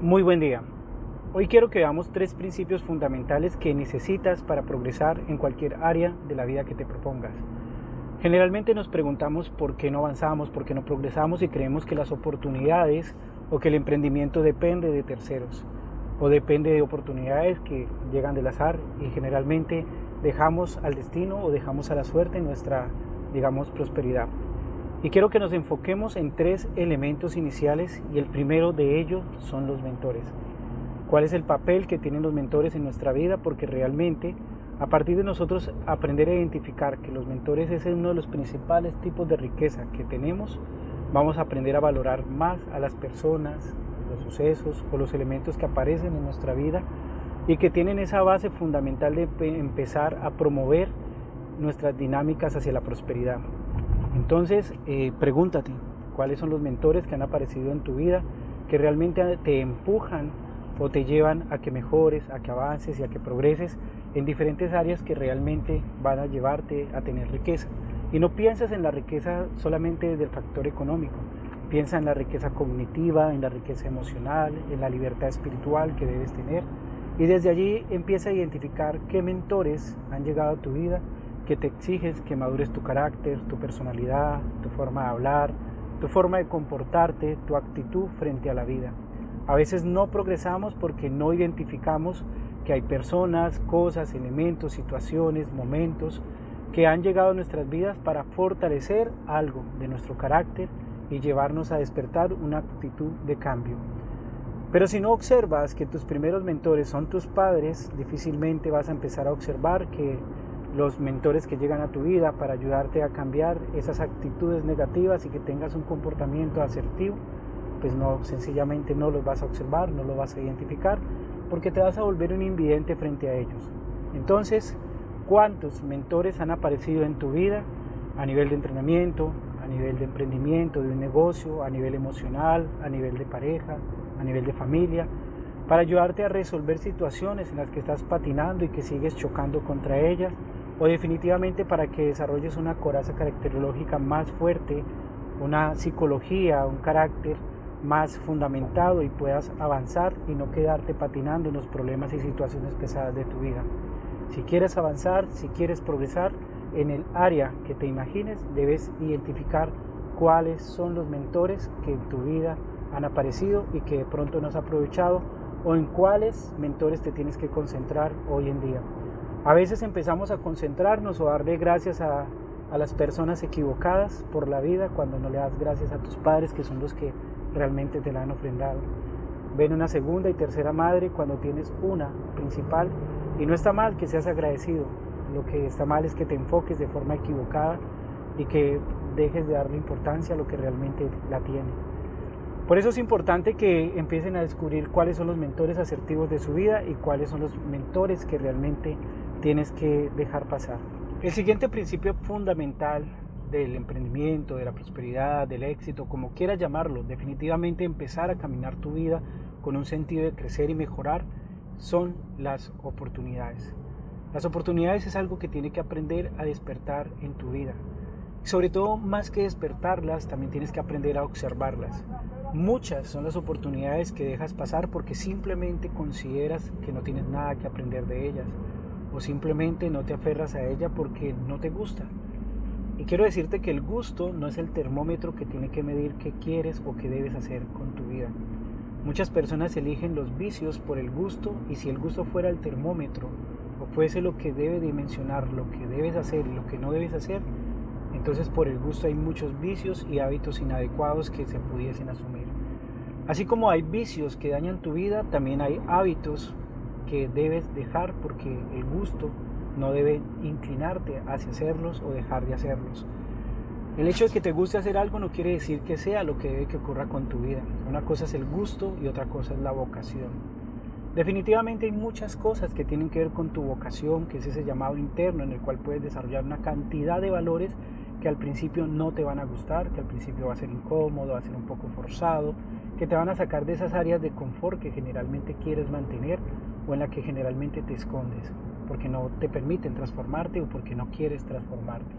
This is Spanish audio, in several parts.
Muy buen día. Hoy quiero que veamos 3 principios fundamentales que necesitas para progresar en cualquier área de la vida que te propongas. Generalmente nos preguntamos por qué no avanzamos, por qué no progresamos y creemos que las oportunidades o que el emprendimiento depende de terceros o depende de oportunidades que llegan del azar y generalmente dejamos al destino o dejamos a la suerte nuestra, prosperidad. Y quiero que nos enfoquemos en 3 elementos iniciales y el primero de ellos son los mentores. ¿Cuál es el papel que tienen los mentores en nuestra vida? Porque realmente a partir de nosotros aprender a identificar que los mentores es uno de los principales tipos de riqueza que tenemos, vamos a aprender a valorar más a las personas, los sucesos o los elementos que aparecen en nuestra vida y que tienen esa base fundamental de empezar a promover nuestras dinámicas hacia la prosperidad. Entonces, pregúntate, ¿cuáles son los mentores que han aparecido en tu vida que realmente te empujan o te llevan a que mejores, a que avances y a que progreses en diferentes áreas que realmente van a llevarte a tener riqueza? Y no pienses en la riqueza solamente desde el factor económico, piensa en la riqueza cognitiva, en la riqueza emocional, en la libertad espiritual que debes tener y desde allí empieza a identificar qué mentores han llegado a tu vida que te exiges que madures tu carácter, tu personalidad, tu forma de hablar, tu forma de comportarte, tu actitud frente a la vida. A veces no progresamos porque no identificamos que hay personas, cosas, elementos, situaciones, momentos que han llegado a nuestras vidas para fortalecer algo de nuestro carácter y llevarnos a despertar una actitud de cambio. Pero si no observas que tus primeros mentores son tus padres, difícilmente vas a empezar a observar que los mentores que llegan a tu vida para ayudarte a cambiar esas actitudes negativas y que tengas un comportamiento asertivo, pues no, sencillamente no los vas a observar, no los vas a identificar, porque te vas a volver un invidente frente a ellos. Entonces, ¿cuántos mentores han aparecido en tu vida a nivel de entrenamiento, a nivel de emprendimiento, de un negocio, a nivel emocional, a nivel de pareja, a nivel de familia, para ayudarte a resolver situaciones en las que estás patinando y que sigues chocando contra ellas, o definitivamente para que desarrolles una coraza caracterológica más fuerte, una psicología, un carácter más fundamentado y puedas avanzar y no quedarte patinando en los problemas y situaciones pesadas de tu vida? Si quieres avanzar, si quieres progresar en el área que te imagines, debes identificar cuáles son los mentores que en tu vida han aparecido y que de pronto no has aprovechado, o en cuáles mentores te tienes que concentrar hoy en día. A veces empezamos a concentrarnos o a darle gracias a las personas equivocadas por la vida cuando no le das gracias a tus padres, que son los que realmente te la han ofrendado. Ven una segunda y tercera madre cuando tienes una principal, y no está mal que seas agradecido. Lo que está mal es que te enfoques de forma equivocada y que dejes de darle importancia a lo que realmente la tiene. Por eso es importante que empiecen a descubrir cuáles son los mentores asertivos de su vida y cuáles son los mentores que realmente tienes que dejar pasar. El siguiente principio fundamental del emprendimiento, de la prosperidad, del éxito, como quieras llamarlo, definitivamente empezar a caminar tu vida con un sentido de crecer y mejorar, son las oportunidades. Las oportunidades es algo que tienes que aprender a despertar en tu vida. Y sobre todo, más que despertarlas, también tienes que aprender a observarlas. Muchas son las oportunidades que dejas pasar porque simplemente consideras que no tienes nada que aprender de ellas, o simplemente no te aferras a ella porque no te gusta. Y quiero decirte que el gusto no es el termómetro que tiene que medir qué quieres o qué debes hacer con tu vida. Muchas personas eligen los vicios por el gusto, y si el gusto fuera el termómetro o fuese lo que debe dimensionar lo que debes hacer y lo que no debes hacer, entonces por el gusto hay muchos vicios y hábitos inadecuados que se pudiesen asumir. Así como hay vicios que dañan tu vida, también hay hábitos que debes dejar porque el gusto no debe inclinarte hacia hacerlos o dejar de hacerlos. El hecho de que te guste hacer algo no quiere decir que sea lo que debe que ocurra con tu vida. Una cosa es el gusto y otra cosa es la vocación. Definitivamente hay muchas cosas que tienen que ver con tu vocación, que es ese llamado interno en el cual puedes desarrollar una cantidad de valores que al principio no te van a gustar, que al principio va a ser incómodo, va a ser un poco forzado, que te van a sacar de esas áreas de confort que generalmente quieres mantener o en la que generalmente te escondes, porque no te permiten transformarte o porque no quieres transformarte.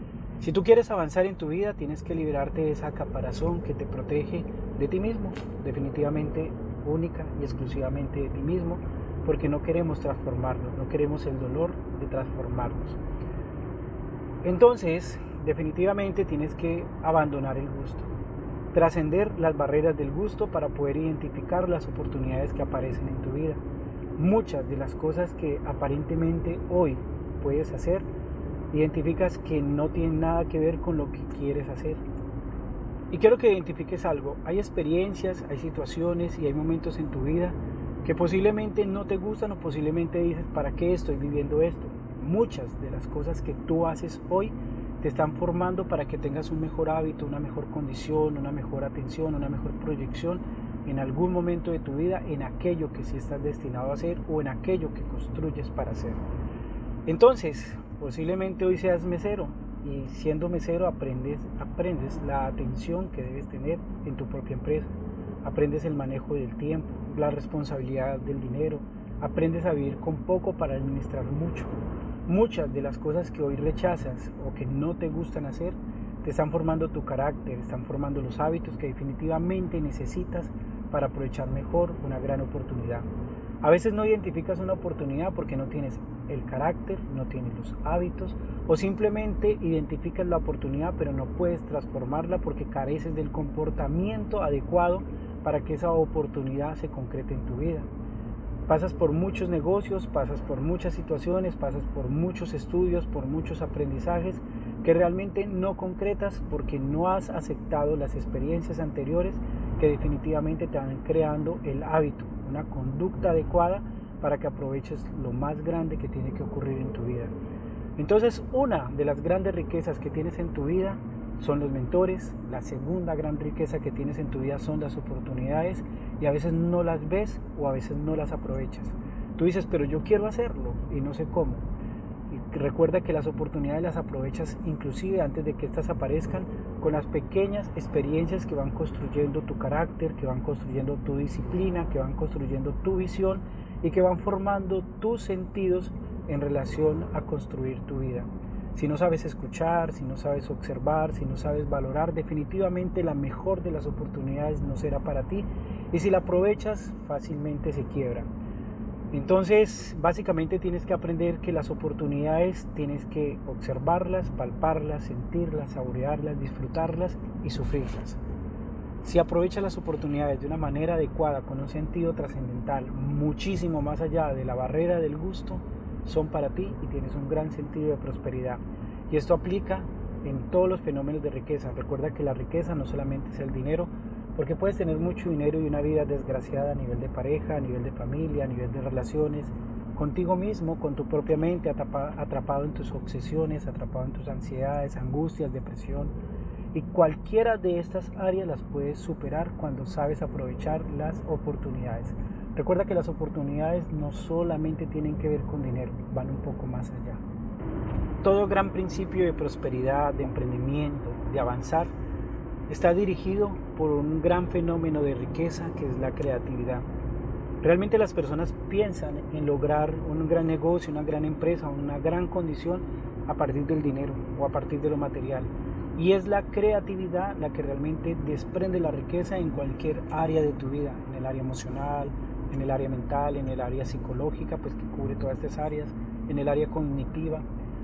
Si tú quieres avanzar en tu vida, tienes que liberarte de esa caparazón que te protege de ti mismo. Definitivamente única y exclusivamente de ti mismo, porque no queremos transformarnos, no queremos el dolor de transformarnos. Entonces, definitivamente tienes que abandonar el gusto, trascender las barreras del gusto para poder identificar las oportunidades que aparecen en tu vida. Muchas de las cosas que aparentemente hoy puedes hacer, identificas que no tienen nada que ver con lo que quieres hacer. Y quiero que identifiques algo. Hay experiencias, hay situaciones y hay momentos en tu vida que posiblemente no te gustan o posiblemente dices, ¿para qué estoy viviendo esto? Muchas de las cosas que tú haces hoy te están formando para que tengas un mejor hábito, una mejor condición, una mejor atención, una mejor proyección en algún momento de tu vida, en aquello que sí estás destinado a hacer o en aquello que construyes para hacer. Entonces, posiblemente hoy seas mesero y siendo mesero aprendes la atención que debes tener en tu propia empresa, aprendes el manejo del tiempo, la responsabilidad del dinero, aprendes a vivir con poco para administrar mucho. Muchas de las cosas que hoy rechazas o que no te gustan hacer te están formando tu carácter, están formando los hábitos que definitivamente necesitas para aprovechar mejor una gran oportunidad. A veces no identificas una oportunidad porque no tienes el carácter, no tienes los hábitos o simplemente identificas la oportunidad pero no puedes transformarla porque careces del comportamiento adecuado para que esa oportunidad se concrete en tu vida. Pasas por muchos negocios, pasas por muchas situaciones, pasas por muchos estudios, por muchos aprendizajes que realmente no concretas porque no has aceptado las experiencias anteriores que definitivamente te van creando el hábito, una conducta adecuada para que aproveches lo más grande que tiene que ocurrir en tu vida. Entonces, una de las grandes riquezas que tienes en tu vida son los mentores. La segunda gran riqueza que tienes en tu vida son las oportunidades y a veces no las ves o a veces no las aprovechas. Tú dices, pero yo quiero hacerlo y no sé cómo. Y recuerda que las oportunidades las aprovechas inclusive antes de que éstas aparezcan con las pequeñas experiencias que van construyendo tu carácter, que van construyendo tu disciplina, que van construyendo tu visión y que van formando tus sentidos en relación a construir tu vida. Si no sabes escuchar, si no sabes observar, si no sabes valorar, definitivamente la mejor de las oportunidades no será para ti y si la aprovechas fácilmente se quiebra. Entonces, básicamente tienes que aprender que las oportunidades tienes que observarlas, palparlas, sentirlas, saborearlas, disfrutarlas y sufrirlas. Si aprovechas las oportunidades de una manera adecuada, con un sentido trascendental, muchísimo más allá de la barrera del gusto, son para ti y tienes un gran sentido de prosperidad. Y esto aplica en todos los fenómenos de riqueza. Recuerda que la riqueza no solamente es el dinero, porque puedes tener mucho dinero y una vida desgraciada a nivel de pareja, a nivel de familia, a nivel de relaciones, contigo mismo, con tu propia mente, atrapado en tus obsesiones, atrapado en tus ansiedades, angustias, depresión. Y cualquiera de estas áreas las puedes superar cuando sabes aprovechar las oportunidades. Recuerda que las oportunidades no solamente tienen que ver con dinero, van un poco más allá. Todo gran principio de prosperidad, de emprendimiento, de avanzar, está dirigido por un gran fenómeno de riqueza que es la creatividad. Realmente las personas piensan en lograr un gran negocio, una gran empresa, una gran condición a partir del dinero o a partir de lo material. Y es la creatividad la que realmente desprende la riqueza en cualquier área de tu vida, en el área emocional, en el área mental, en el área psicológica, pues que cubre todas estas áreas, en el área cognitiva,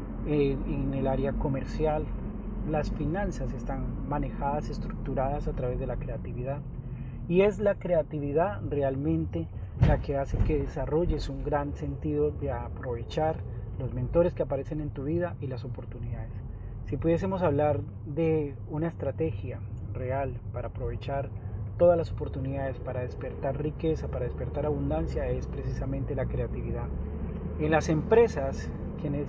en el área comercial. Las finanzas están manejadas, estructuradas a través de la creatividad. Y es la creatividad realmente la que hace que desarrolles un gran sentido de aprovechar los mentores que aparecen en tu vida y las oportunidades. Si pudiésemos hablar de una estrategia real para aprovechar todas las oportunidades, para despertar riqueza, para despertar abundancia, es precisamente la creatividad. En las empresas, quienes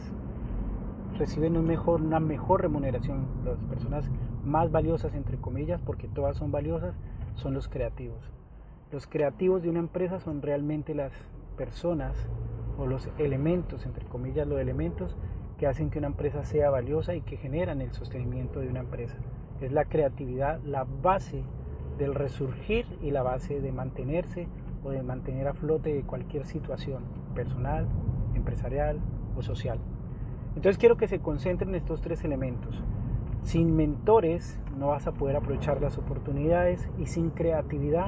reciben una mejor remuneración, las personas más valiosas, entre comillas, porque todas son valiosas, son los creativos. Los creativos de una empresa son realmente las personas o los elementos, entre comillas, los elementos que hacen que una empresa sea valiosa y que generan el sostenimiento de una empresa. Es la creatividad la base del resurgir y la base de mantenerse o de mantener a flote de cualquier situación personal, empresarial o social. Entonces quiero que se concentren en estos tres elementos. Sin mentores no vas a poder aprovechar las oportunidades y sin creatividad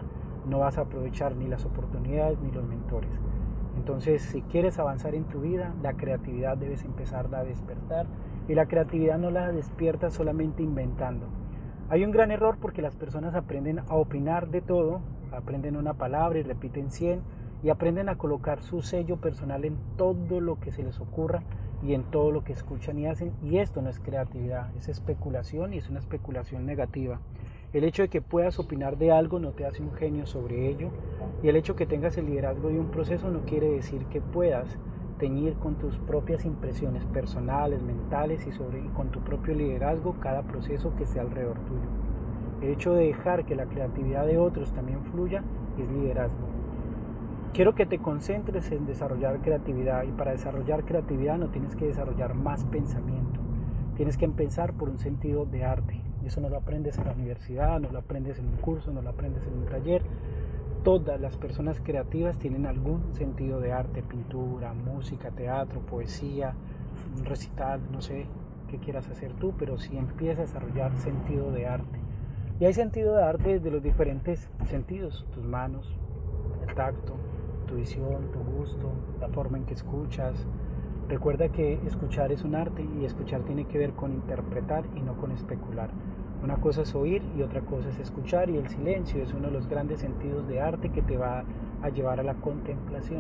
no vas a aprovechar ni las oportunidades ni los mentores. Entonces, si quieres avanzar en tu vida, la creatividad debes empezar a despertar, y la creatividad no la despiertas solamente inventando. Hay un gran error porque las personas aprenden a opinar de todo, aprenden una palabra y repiten 100, y aprenden a colocar su sello personal en todo lo que se les ocurra y en todo lo que escuchan y hacen, y esto no es creatividad, es especulación, y es una especulación negativa. El hecho de que puedas opinar de algo no te hace un genio sobre ello, y el hecho de que tengas el liderazgo de un proceso no quiere decir que puedas teñir con tus propias impresiones personales, mentales y con tu propio liderazgo cada proceso que esté alrededor tuyo. El hecho de dejar que la creatividad de otros también fluya es liderazgo. Quiero que te concentres en desarrollar creatividad, y para desarrollar creatividad no tienes que desarrollar más pensamiento, tienes que empezar por un sentido de arte. Eso no lo aprendes en la universidad, no lo aprendes en un curso, no lo aprendes en un taller. Todas las personas creativas tienen algún sentido de arte: pintura, música, teatro, poesía, un recital, no sé qué quieras hacer tú, pero sí empieza a desarrollar sentido de arte. Y hay sentido de arte de los diferentes sentidos: tus manos, el tacto, tu visión, tu gusto, la forma en que escuchas. Recuerda que escuchar es un arte, y escuchar tiene que ver con interpretar y no con especular. Una cosa es oír y otra cosa es escuchar, y el silencio es uno de los grandes sentidos de arte que te va a llevar a la contemplación.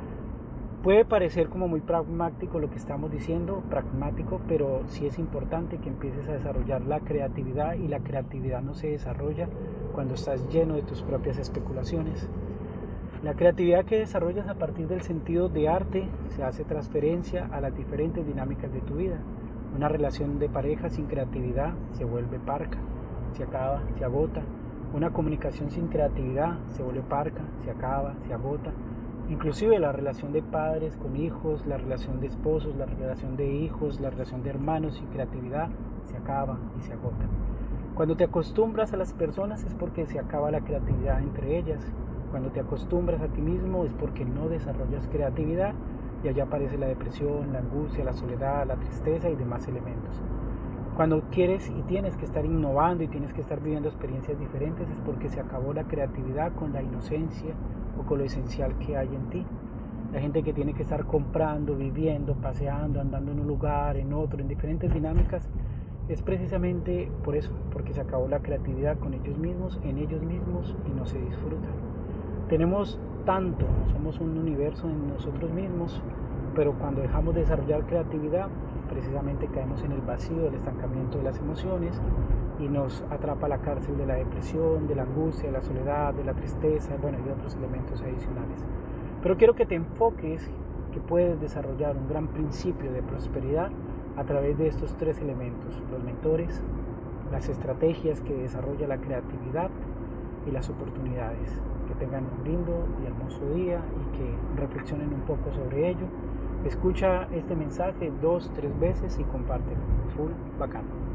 Puede parecer como muy pragmático lo que estamos diciendo, pragmático, pero sí es importante que empieces a desarrollar la creatividad, y la creatividad no se desarrolla cuando estás lleno de tus propias especulaciones. La creatividad que desarrollas a partir del sentido de arte se hace transferencia a las diferentes dinámicas de tu vida. Una relación de pareja sin creatividad se vuelve parca, se acaba, se agota. Una comunicación sin creatividad se vuelve parca, se acaba, se agota. Inclusive la relación de padres con hijos, la relación de esposos, la relación de hijos, la relación de hermanos sin creatividad se acaba y se agota. Cuando te acostumbras a las personas es porque se acaba la creatividad entre ellas. Cuando te acostumbras a ti mismo es porque no desarrollas creatividad, y allá aparece la depresión, la angustia, la soledad, la tristeza y demás elementos. Cuando quieres y tienes que estar innovando y tienes que estar viviendo experiencias diferentes es porque se acabó la creatividad con la inocencia o con lo esencial que hay en ti. La gente que tiene que estar comprando, viviendo, paseando, andando en un lugar, en otro, en diferentes dinámicas, es precisamente por eso, porque se acabó la creatividad con ellos mismos, en ellos mismos, y no se disfruta. Tenemos tanto, somos un universo en nosotros mismos, pero cuando dejamos de desarrollar creatividad, precisamente caemos en el vacío del estancamiento de las emociones, y nos atrapa la cárcel de la depresión, de la angustia, de la soledad, de la tristeza, bueno, y otros elementos adicionales. Pero quiero que te enfoques que puedes desarrollar un gran principio de prosperidad a través de estos tres elementos: los mentores, las estrategias que desarrolla la creatividad y las oportunidades. Que tengan un lindo y hermoso día, y que reflexionen un poco sobre ello. Escucha este mensaje 2-3 veces y compártelo. Full bacano.